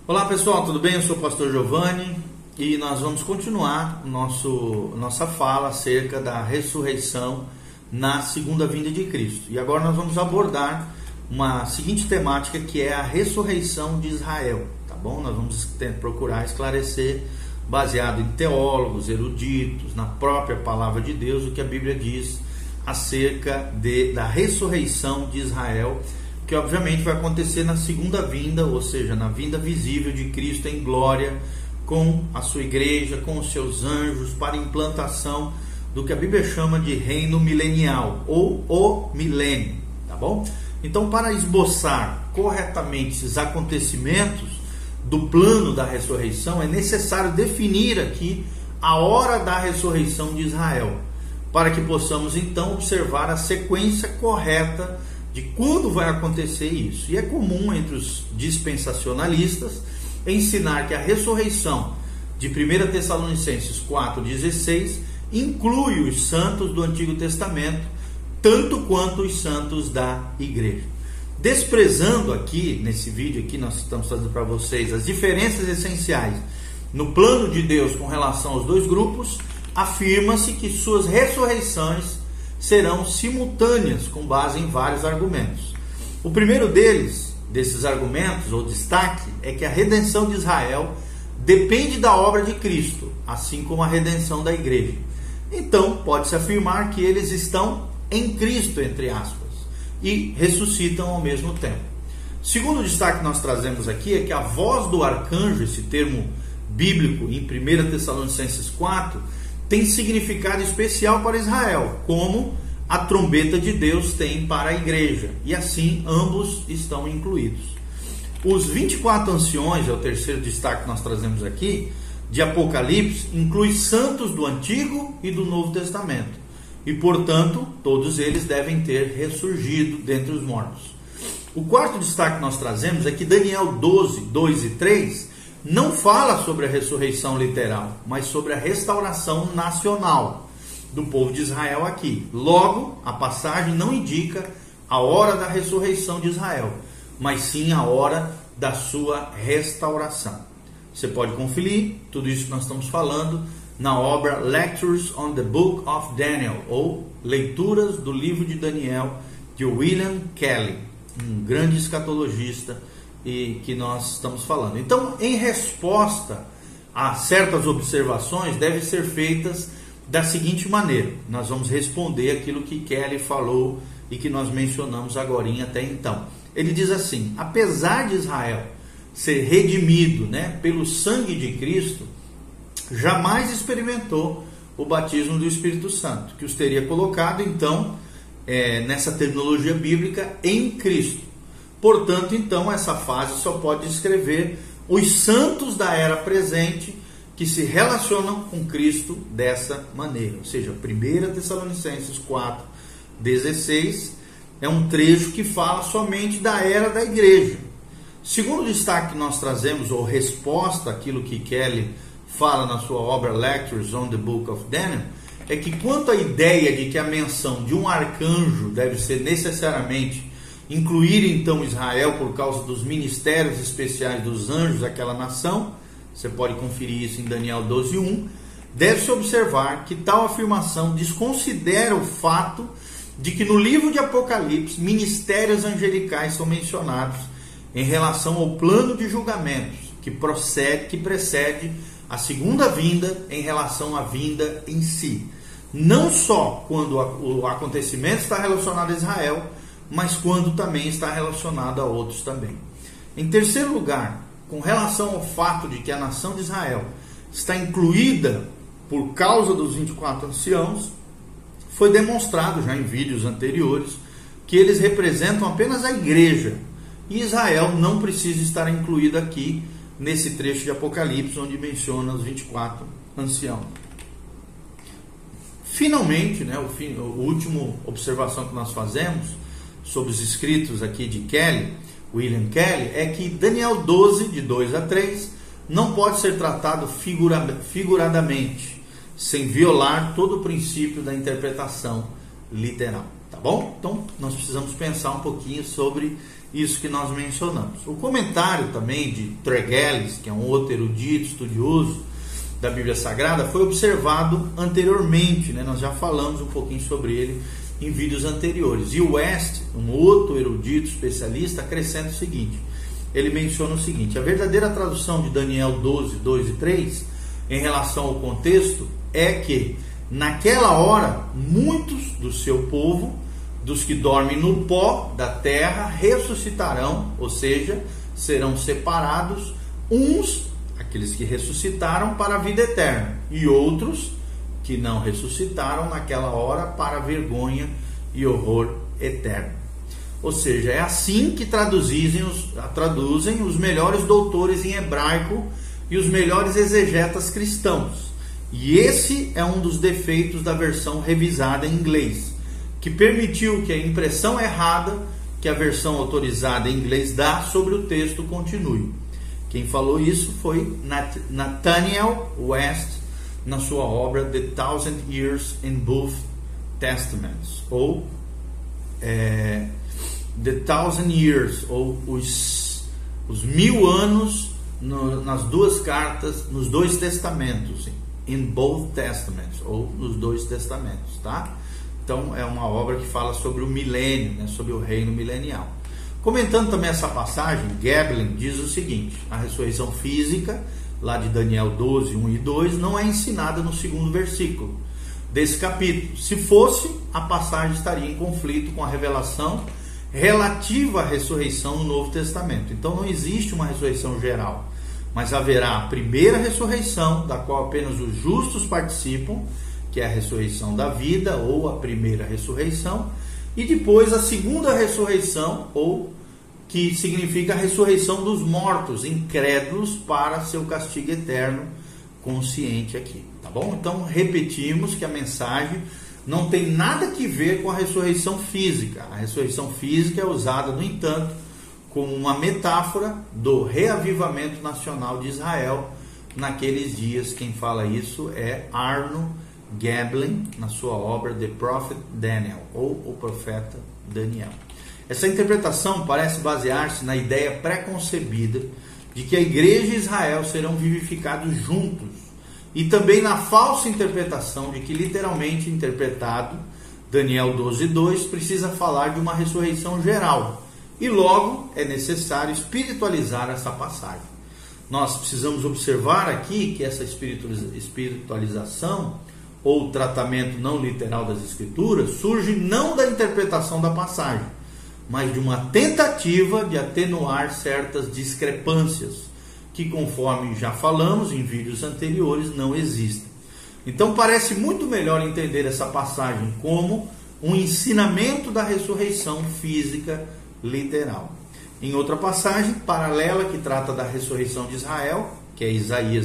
Olá pessoal, tudo bem? Eu sou o pastor Giovanni e nós vamos continuar nossa fala acerca da ressurreição na segunda vinda de Cristo. E agora nós vamos abordar uma seguinte temática, que é a ressurreição de Israel, tá bom? Nós vamos procurar esclarecer, baseado em teólogos, eruditos, na própria palavra de Deus, o que a Bíblia diz acerca da ressurreição de Israel, que obviamente vai acontecer na segunda vinda, ou seja, na vinda visível de Cristo em glória, com a sua igreja, com os seus anjos, para a implantação do que a Bíblia chama de reino milenial, ou o milênio, tá bom? Então, para esboçar corretamente esses acontecimentos do plano da ressurreição, é necessário definir aqui a hora da ressurreição de Israel, para que possamos então observar a sequência correta de quando vai acontecer isso. E é comum entre os dispensacionalistas ensinar que a ressurreição de 1 Tessalonicenses 4,16 inclui os santos do Antigo Testamento, tanto quanto os santos da igreja. Desprezando aqui, nesse vídeo aqui, nós estamos fazendo para vocês as diferenças essenciais no plano de Deus com relação aos dois grupos, afirma-se que suas ressurreições serão simultâneas, com base em vários argumentos. O primeiro desses argumentos, ou destaque, é que a redenção de Israel depende da obra de Cristo, assim como a redenção da igreja. Então, pode-se afirmar que eles estão em Cristo, entre aspas, e ressuscitam ao mesmo tempo. Segundo destaque que nós trazemos aqui é que a voz do arcanjo, esse termo bíblico em 1 Tessalonicenses 4, tem significado especial para Israel, como a trombeta de Deus tem para a igreja, e assim ambos estão incluídos. Os 24 anciões, é o terceiro destaque que nós trazemos aqui, de Apocalipse, inclui santos do Antigo e do Novo Testamento, e portanto todos eles devem ter ressurgido dentre os mortos. O quarto destaque que nós trazemos é que Daniel 12, 2 e 3 não fala sobre a ressurreição literal, mas sobre a restauração nacional do povo de Israel aqui. Logo, a passagem não indica a hora da ressurreição de Israel, mas sim a hora da sua restauração. Você pode conferir tudo isso que nós estamos falando na obra Lectures on the Book of Daniel, ou Leituras do Livro de Daniel, de William Kelly, um grande escatologista e que nós estamos falando. Então, em resposta a certas observações, devem ser feitas da seguinte maneira. Nós vamos responder aquilo que Kelly falou e que nós mencionamos agorinha até então. Ele diz assim: apesar de Israel ser redimido, pelo sangue de Cristo, jamais experimentou o batismo do Espírito Santo, que os teria colocado então, nessa terminologia bíblica, em Cristo. Portanto, então, essa fase só pode descrever os santos da era presente que se relacionam com Cristo dessa maneira. Ou seja, 1 Tessalonicenses 4, 16 é um trecho que fala somente da era da igreja. Segundo destaque que nós trazemos, ou resposta àquilo que Kelly fala na sua obra Lectures on the Book of Daniel, é que quanto à ideia de que a menção de um arcanjo deve ser necessariamente incluir então Israel por causa dos ministérios especiais dos anjos daquela nação, você pode conferir isso em Daniel 12:1, deve-se observar que tal afirmação desconsidera o fato de que no livro de Apocalipse ministérios angelicais são mencionados em relação ao plano de julgamentos que precede a segunda vinda em relação à vinda em si. Não só quando o acontecimento está relacionado a Israel, mas quando também está relacionado a outros também. Em terceiro lugar, com relação ao fato de que a nação de Israel está incluída por causa dos 24 anciãos, foi demonstrado já em vídeos anteriores que eles representam apenas a igreja, e Israel não precisa estar incluído aqui nesse trecho de Apocalipse onde menciona os 24 anciãos. Finalmente, a última observação que nós fazemos sobre os escritos aqui de William Kelly, é que Daniel 12, de 2 a 3, não pode ser tratado figuradamente, sem violar todo o princípio da interpretação literal, tá bom? Então, nós precisamos pensar um pouquinho sobre isso que nós mencionamos. O comentário também de Tregelles, que é um outro erudito, estudioso da Bíblia Sagrada, foi observado anteriormente, né? Nós já falamos um pouquinho sobre ele em vídeos anteriores. E o West, um outro erudito especialista, acrescenta o seguinte, ele menciona o seguinte: a verdadeira tradução de Daniel 12, 2 e 3, em relação ao contexto, é que naquela hora muitos do seu povo, dos que dormem no pó da terra, ressuscitarão, ou seja, serão separados, uns, aqueles que ressuscitaram, para a vida eterna, e outros que não ressuscitaram naquela hora para a vergonha e horror eterno. Ou seja, é assim que traduzem os melhores doutores em hebraico e os melhores exegetas cristãos. E esse é um dos defeitos da versão revisada em inglês, que permitiu que a impressão errada que a versão autorizada em inglês dá sobre o texto continue. Quem falou isso foi Nathaniel West, na sua obra The Thousand Years in Both Testaments, ou The Thousand Years, ou os 1000 anos nas duas cartas, nos dois testamentos, in both testaments, ou nos dois testamentos, tá? Então é uma obra que fala sobre o milênio, né, sobre o reino milenial. Comentando também essa passagem, Gablin diz o seguinte: a ressurreição física, lá de Daniel 12, 1 e 2, não é ensinada no segundo versículo desse capítulo. Se fosse, a passagem estaria em conflito com a revelação relativa à ressurreição no Novo Testamento. Então não existe uma ressurreição geral, mas haverá a primeira ressurreição, da qual apenas os justos participam, que é a ressurreição da vida, ou a primeira ressurreição, e depois a segunda ressurreição, ou que significa a ressurreição dos mortos, incrédulos, para seu castigo eterno, consciente aqui, tá bom? Então repetimos que a mensagem não tem nada que ver com a ressurreição física. A ressurreição física é usada, no entanto, como uma metáfora do reavivamento nacional de Israel naqueles dias. Quem fala isso é Arno Gablin, na sua obra The Prophet Daniel, ou O Profeta Daniel. Essa interpretação parece basear-se na ideia pré-concebida de que a igreja e Israel serão vivificados juntos, e também na falsa interpretação de que, literalmente interpretado, Daniel 12:2 precisa falar de uma ressurreição geral, e logo é necessário espiritualizar essa passagem. Nós precisamos observar aqui que essa espiritualização, ou tratamento não literal das Escrituras, surge não da interpretação da passagem, mas de uma tentativa de atenuar certas discrepâncias, que, conforme já falamos em vídeos anteriores, não existem. Então parece muito melhor entender essa passagem como um ensinamento da ressurreição física literal. Em outra passagem paralela que trata da ressurreição de Israel, que é Isaías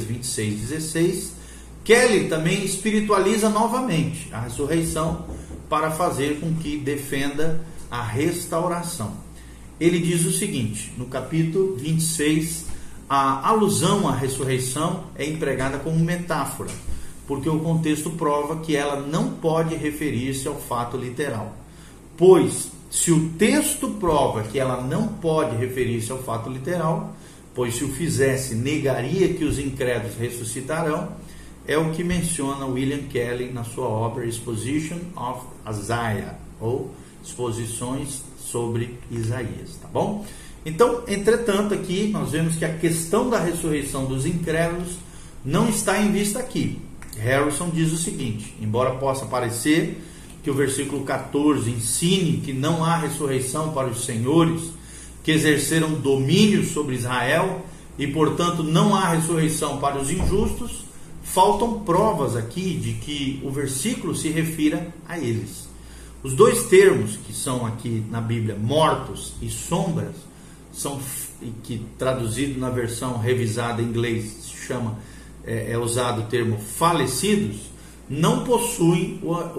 26:16, Kelly também espiritualiza novamente a ressurreição para fazer com que defenda a restauração. Ele diz o seguinte, no capítulo 26, a alusão à ressurreição é empregada como metáfora, porque o contexto prova que ela não pode referir-se ao fato literal. Pois, se o texto prova que ela não pode referir-se ao fato literal, pois se o fizesse, negaria que os incrédulos ressuscitarão, é o que menciona William Kelly na sua obra Exposition of Isaiah, ou Exposições sobre Isaías, tá bom? Então, entretanto, aqui nós vemos que a questão da ressurreição dos incrédulos não está em vista aqui. Harrison diz o seguinte: embora possa parecer que o versículo 14 ensine que não há ressurreição para os senhores que exerceram domínio sobre Israel e, portanto, não há ressurreição para os injustos, faltam provas aqui de que o versículo se refira a eles. Os dois termos que são aqui na Bíblia, mortos e sombras, são que traduzido na versão revisada em inglês se chama, é usado o termo falecidos, não possuem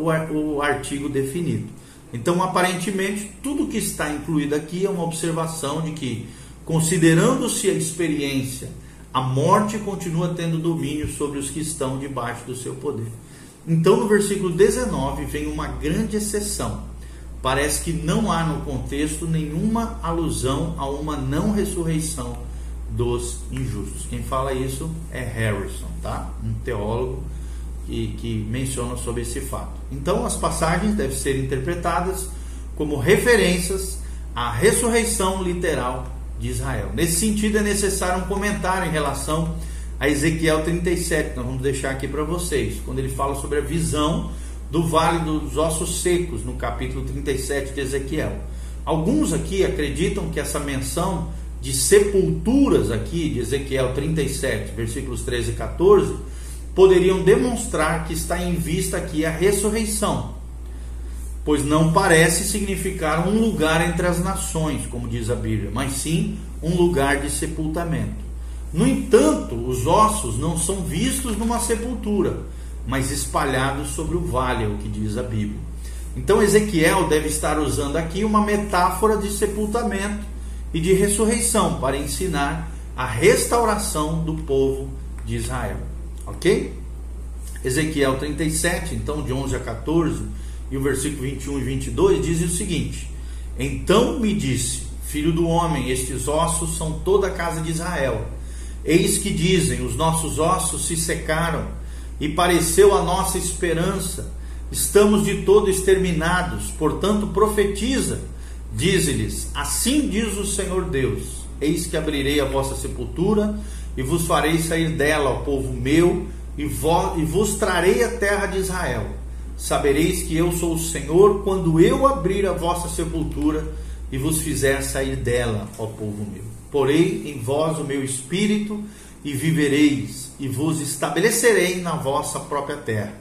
o artigo definido. Então, aparentemente, tudo que está incluído aqui é uma observação de que, considerando-se a experiência, a morte continua tendo domínio sobre os que estão debaixo do seu poder. Então, no versículo 19 vem uma grande exceção. parece que não há no contexto nenhuma alusão a uma não ressurreição dos injustos. Quem fala isso é Harrison, tá? Um teólogo que menciona sobre esse fato. Então as passagens devem ser interpretadas como referências à ressurreição literal de Israel. Nesse sentido, é necessário um comentário em relação a Ezequiel 37, que nós vamos deixar aqui para vocês, quando ele fala sobre a visão do Vale dos Ossos Secos, no capítulo 37 de Ezequiel. Alguns aqui acreditam que essa menção de sepulturas aqui, de Ezequiel 37, versículos 13 e 14, poderiam demonstrar que está em vista aqui a ressurreição, pois não parece significar um lugar entre as nações, como diz a Bíblia, mas sim um lugar de sepultamento. No entanto, os ossos não são vistos numa sepultura, mas espalhados sobre o vale, é o que diz a Bíblia. Então Ezequiel deve estar usando aqui uma metáfora de sepultamento e de ressurreição para ensinar a restauração do povo de Israel. Ok? Ezequiel 37, então de 11 a 14, e o versículo 21 e 22 diz o seguinte: Então me disse, filho do homem, estes ossos são toda a casa de Israel. Eis que dizem, os nossos ossos se secaram, e pareceu a nossa esperança, estamos de todo exterminados, portanto profetiza. Dize-lhes, assim diz o Senhor Deus, eis que abrirei a vossa sepultura, e vos farei sair dela, ó povo meu, e vos trarei a terra de Israel. Sabereis que eu sou o Senhor, quando eu abrir a vossa sepultura, e vos fizer sair dela, ó povo meu. Porei em vós o meu espírito, e vivereis, e vos estabelecerei na vossa própria terra.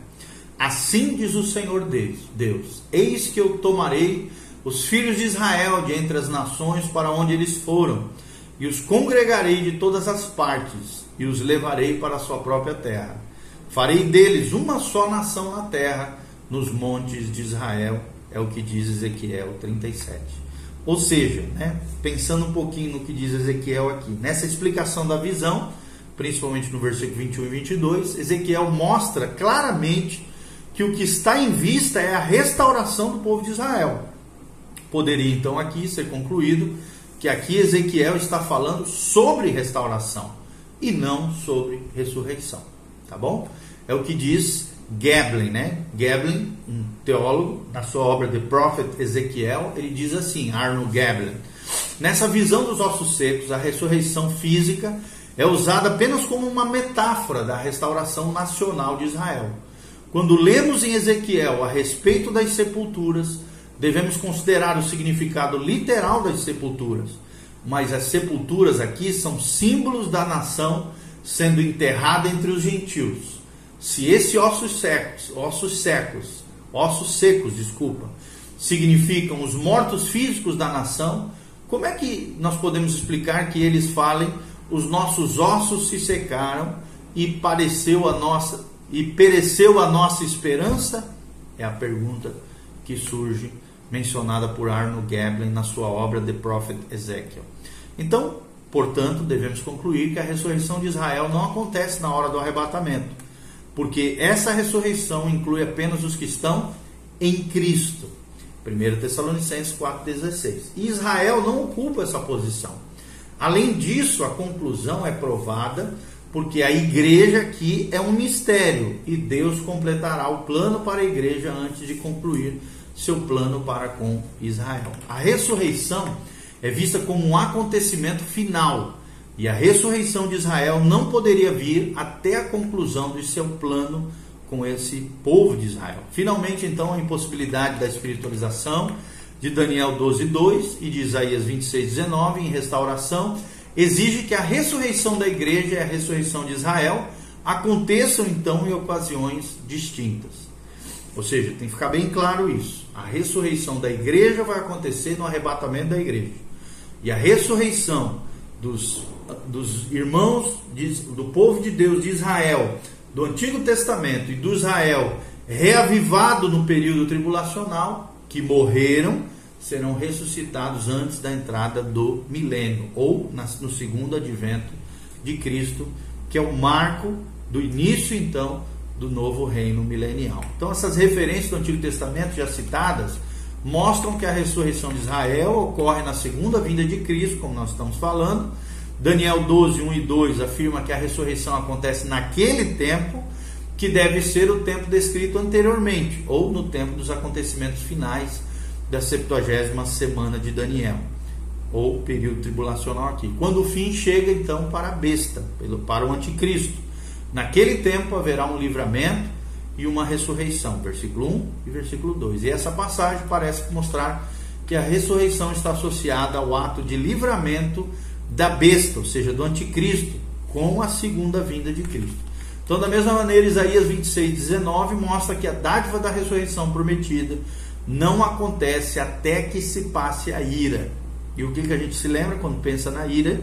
Assim diz o Senhor Deus, eis que eu tomarei os filhos de Israel de entre as nações para onde eles foram, e os congregarei de todas as partes, e os levarei para a sua própria terra. Farei deles uma só nação na terra, nos montes de Israel, é o que diz Ezequiel 37. Ou seja, pensando um pouquinho no que diz Ezequiel aqui, nessa explicação da visão, principalmente no versículo 21 e 22, Ezequiel mostra claramente que o que está em vista é a restauração do povo de Israel. Poderia então aqui ser concluído que aqui Ezequiel está falando sobre restauração e não sobre ressurreição, tá bom? É o que diz Gablin, Gablin, um teólogo, na sua obra The Prophet Ezekiel, ele diz assim, Arnold Gablin: nessa visão dos ossos secos, a ressurreição física é usada apenas como uma metáfora da restauração nacional de Israel. Quando lemos em Ezequiel a respeito das sepulturas, devemos considerar o significado literal das sepulturas, mas as sepulturas aqui são símbolos da nação sendo enterrada entre os gentios. Se esses ossos secos, significam os mortos físicos da nação, como é que nós podemos explicar que eles falem, os nossos ossos se secaram e pereceu a nossa esperança? É a pergunta que surge, mencionada por Arnold Gablin na sua obra The Prophet Ezekiel. Então, portanto, devemos concluir que a ressurreição de Israel não acontece na hora do arrebatamento, porque essa ressurreição inclui apenas os que estão em Cristo. 1 Tessalonicenses 4,16. E Israel não ocupa essa posição. Além disso, a conclusão é provada porque a igreja aqui é um mistério e Deus completará o plano para a igreja antes de concluir seu plano para com Israel. A ressurreição é vista como um acontecimento final, e a ressurreição de Israel não poderia vir até a conclusão de seu plano com esse povo de Israel. Finalmente, então, a impossibilidade da espiritualização de Daniel 12:2 e de Isaías 26:19 em restauração exige que a ressurreição da igreja e a ressurreição de Israel aconteçam então em ocasiões distintas. Ou seja, tem que ficar bem claro isso. A ressurreição da igreja vai acontecer no arrebatamento da igreja. E a ressurreição dos irmãos do povo de Deus de Israel, do Antigo Testamento e do Israel reavivado no período tribulacional, que morreram, serão ressuscitados antes da entrada do milênio, ou no segundo advento de Cristo, que é o marco do início então do novo reino milenial. Então essas referências do Antigo Testamento já citadas mostram que a ressurreição de Israel ocorre na segunda vinda de Cristo, como nós estamos falando. Daniel 12, 1 e 2 afirma que a ressurreição acontece naquele tempo, que deve ser o tempo descrito anteriormente, ou no tempo dos acontecimentos finais da 70ª semana de Daniel, ou período tribulacional aqui, quando o fim chega então para a besta, para o anticristo. Naquele tempo haverá um livramento e uma ressurreição, versículo 1 e versículo 2. E essa passagem parece mostrar que a ressurreição está associada ao ato de livramento da besta, ou seja, do anticristo, com a segunda vinda de Cristo. Então, da mesma maneira, Isaías 26, 19 mostra que a dádiva da ressurreição prometida não acontece até que se passe a ira. E o que a gente se lembra quando pensa na ira?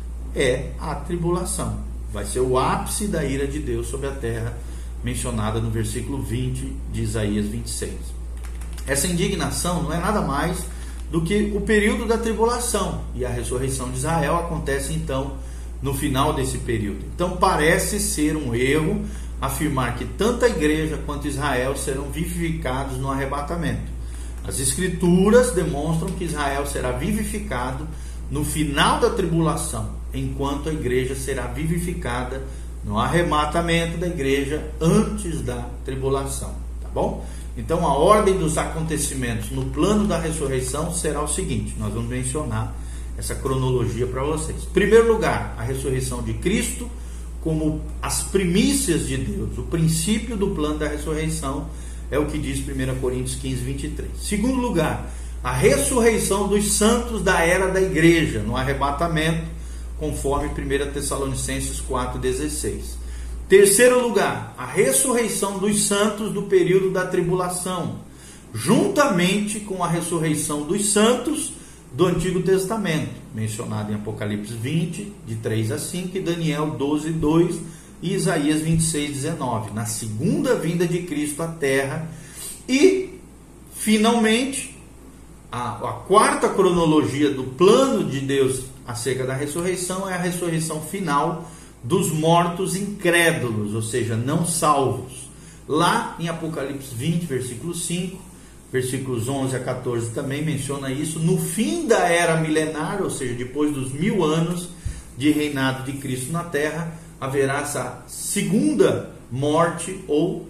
É a tribulação. Vai ser o ápice da ira de Deus sobre a terra, mencionada no versículo 20 de Isaías 26. Essa indignação não é nada mais do que o período da tribulação, e a ressurreição de Israel acontece então no final desse período. Então parece ser um erro afirmar que tanto a igreja quanto Israel serão vivificados no arrebatamento. As escrituras demonstram que Israel será vivificado no final da tribulação, enquanto a igreja será vivificada no arrebatamento da igreja antes da tribulação, tá bom? Então a ordem dos acontecimentos no plano da ressurreição será o seguinte, nós vamos mencionar essa cronologia para vocês. Em primeiro lugar, a ressurreição de Cristo como as primícias de Deus, o princípio do plano da ressurreição, é o que diz 1 Coríntios 15, 23. Segundo lugar, a ressurreição dos santos da era da igreja, no arrebatamento, conforme 1 Tessalonicenses 4, 16. Terceiro lugar, a ressurreição dos santos do período da tribulação, juntamente com a ressurreição dos santos do Antigo Testamento, mencionado em Apocalipse 20, de 3 a 5, e Daniel 12, 2 e Isaías 26, 19, na segunda vinda de Cristo à terra. E, finalmente, a quarta cronologia do plano de Deus acerca da ressurreição é a ressurreição final dos mortos incrédulos, ou seja, não salvos. Lá em Apocalipse 20, versículo 5, versículos 11 a 14 também menciona isso. No fim da era milenária, ou seja, depois dos 1000 anos de reinado de Cristo na terra, haverá essa segunda morte ou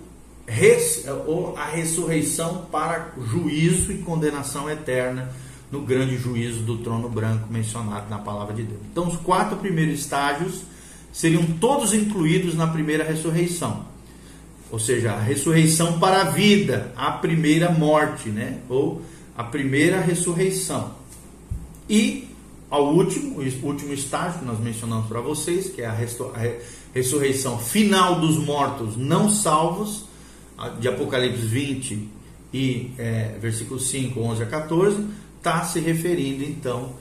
a ressurreição para juízo e condenação eterna no grande juízo do trono branco mencionado na palavra de Deus. Então os 4 primeiros estágios seriam todos incluídos na primeira ressurreição, ou seja, a ressurreição para a vida, a primeira morte, né? Ou a primeira ressurreição. E ao último estágio que nós mencionamos para vocês, que é a ressurreição final dos mortos não salvos, de Apocalipse 20 e versículo 5, 11 a 14, está se referindo então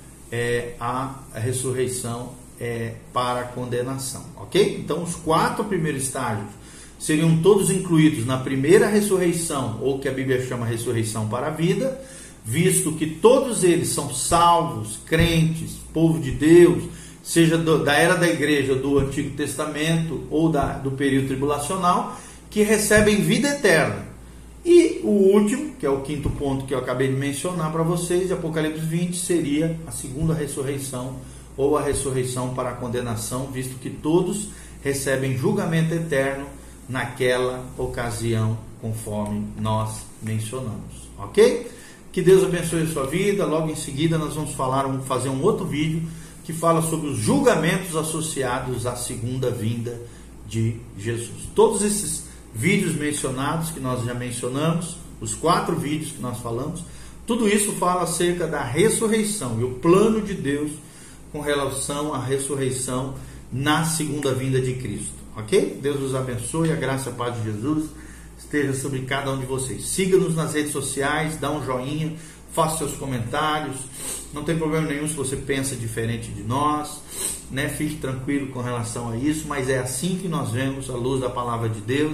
à ressurreição para a condenação, ok? Então os 4 primeiros estágios seriam todos incluídos na primeira ressurreição, ou que a Bíblia chama ressurreição para a vida, visto que todos eles são salvos, crentes, povo de Deus, seja da era da igreja, do Antigo Testamento ou do período tribulacional, que recebem vida eterna. E o último, que é o 5º ponto que eu acabei de mencionar para vocês, de Apocalipse 20, seria a segunda ressurreição, ou a ressurreição para a condenação, visto que todos recebem julgamento eterno naquela ocasião, conforme nós mencionamos, ok? Que Deus abençoe a sua vida. Logo em seguida nós vamos fazer um outro vídeo que fala sobre os julgamentos associados à segunda vinda de Jesus. Todos esses vídeos mencionados que nós já mencionamos, os 4 vídeos que nós falamos, tudo isso fala acerca da ressurreição e o plano de Deus com relação à ressurreição na segunda vinda de Cristo, ok? Deus os abençoe, a graça e a paz de Jesus esteja sobre cada um de vocês. Siga-nos nas redes sociais, dá um joinha, faça seus comentários, não tem problema nenhum se você pensa diferente de nós, né? Fique tranquilo com relação a isso, mas é assim que nós vemos a luz da palavra de Deus.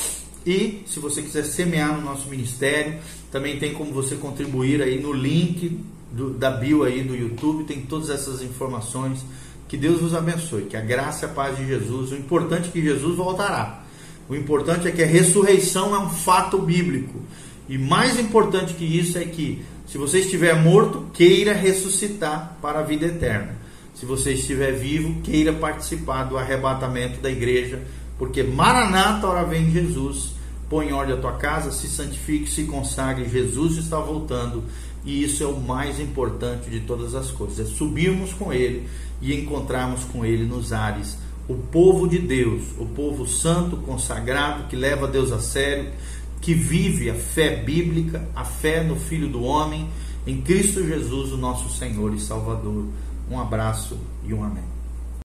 E se você quiser semear no nosso ministério, também tem como você contribuir aí no link da bio aí do YouTube, tem todas essas informações. Que Deus vos abençoe, que a graça e a paz de Jesus, o importante é que Jesus voltará. O importante é que a ressurreição é um fato bíblico E mais importante que isso é que, se você estiver morto, queira ressuscitar para a vida eterna. Se você estiver vivo, queira participar do arrebatamento da igreja, porque Maranata, ora vem Jesus. Põe em ordem a tua casa, se santifique, se consagre, Jesus está voltando, e isso é o mais importante de todas as coisas, é subirmos com Ele e encontrarmos com Ele nos ares, o povo de Deus, o povo santo, consagrado, que leva Deus a sério, que vive a fé bíblica, a fé no Filho do Homem, em Cristo Jesus, o nosso Senhor e Salvador. Um abraço e um amém.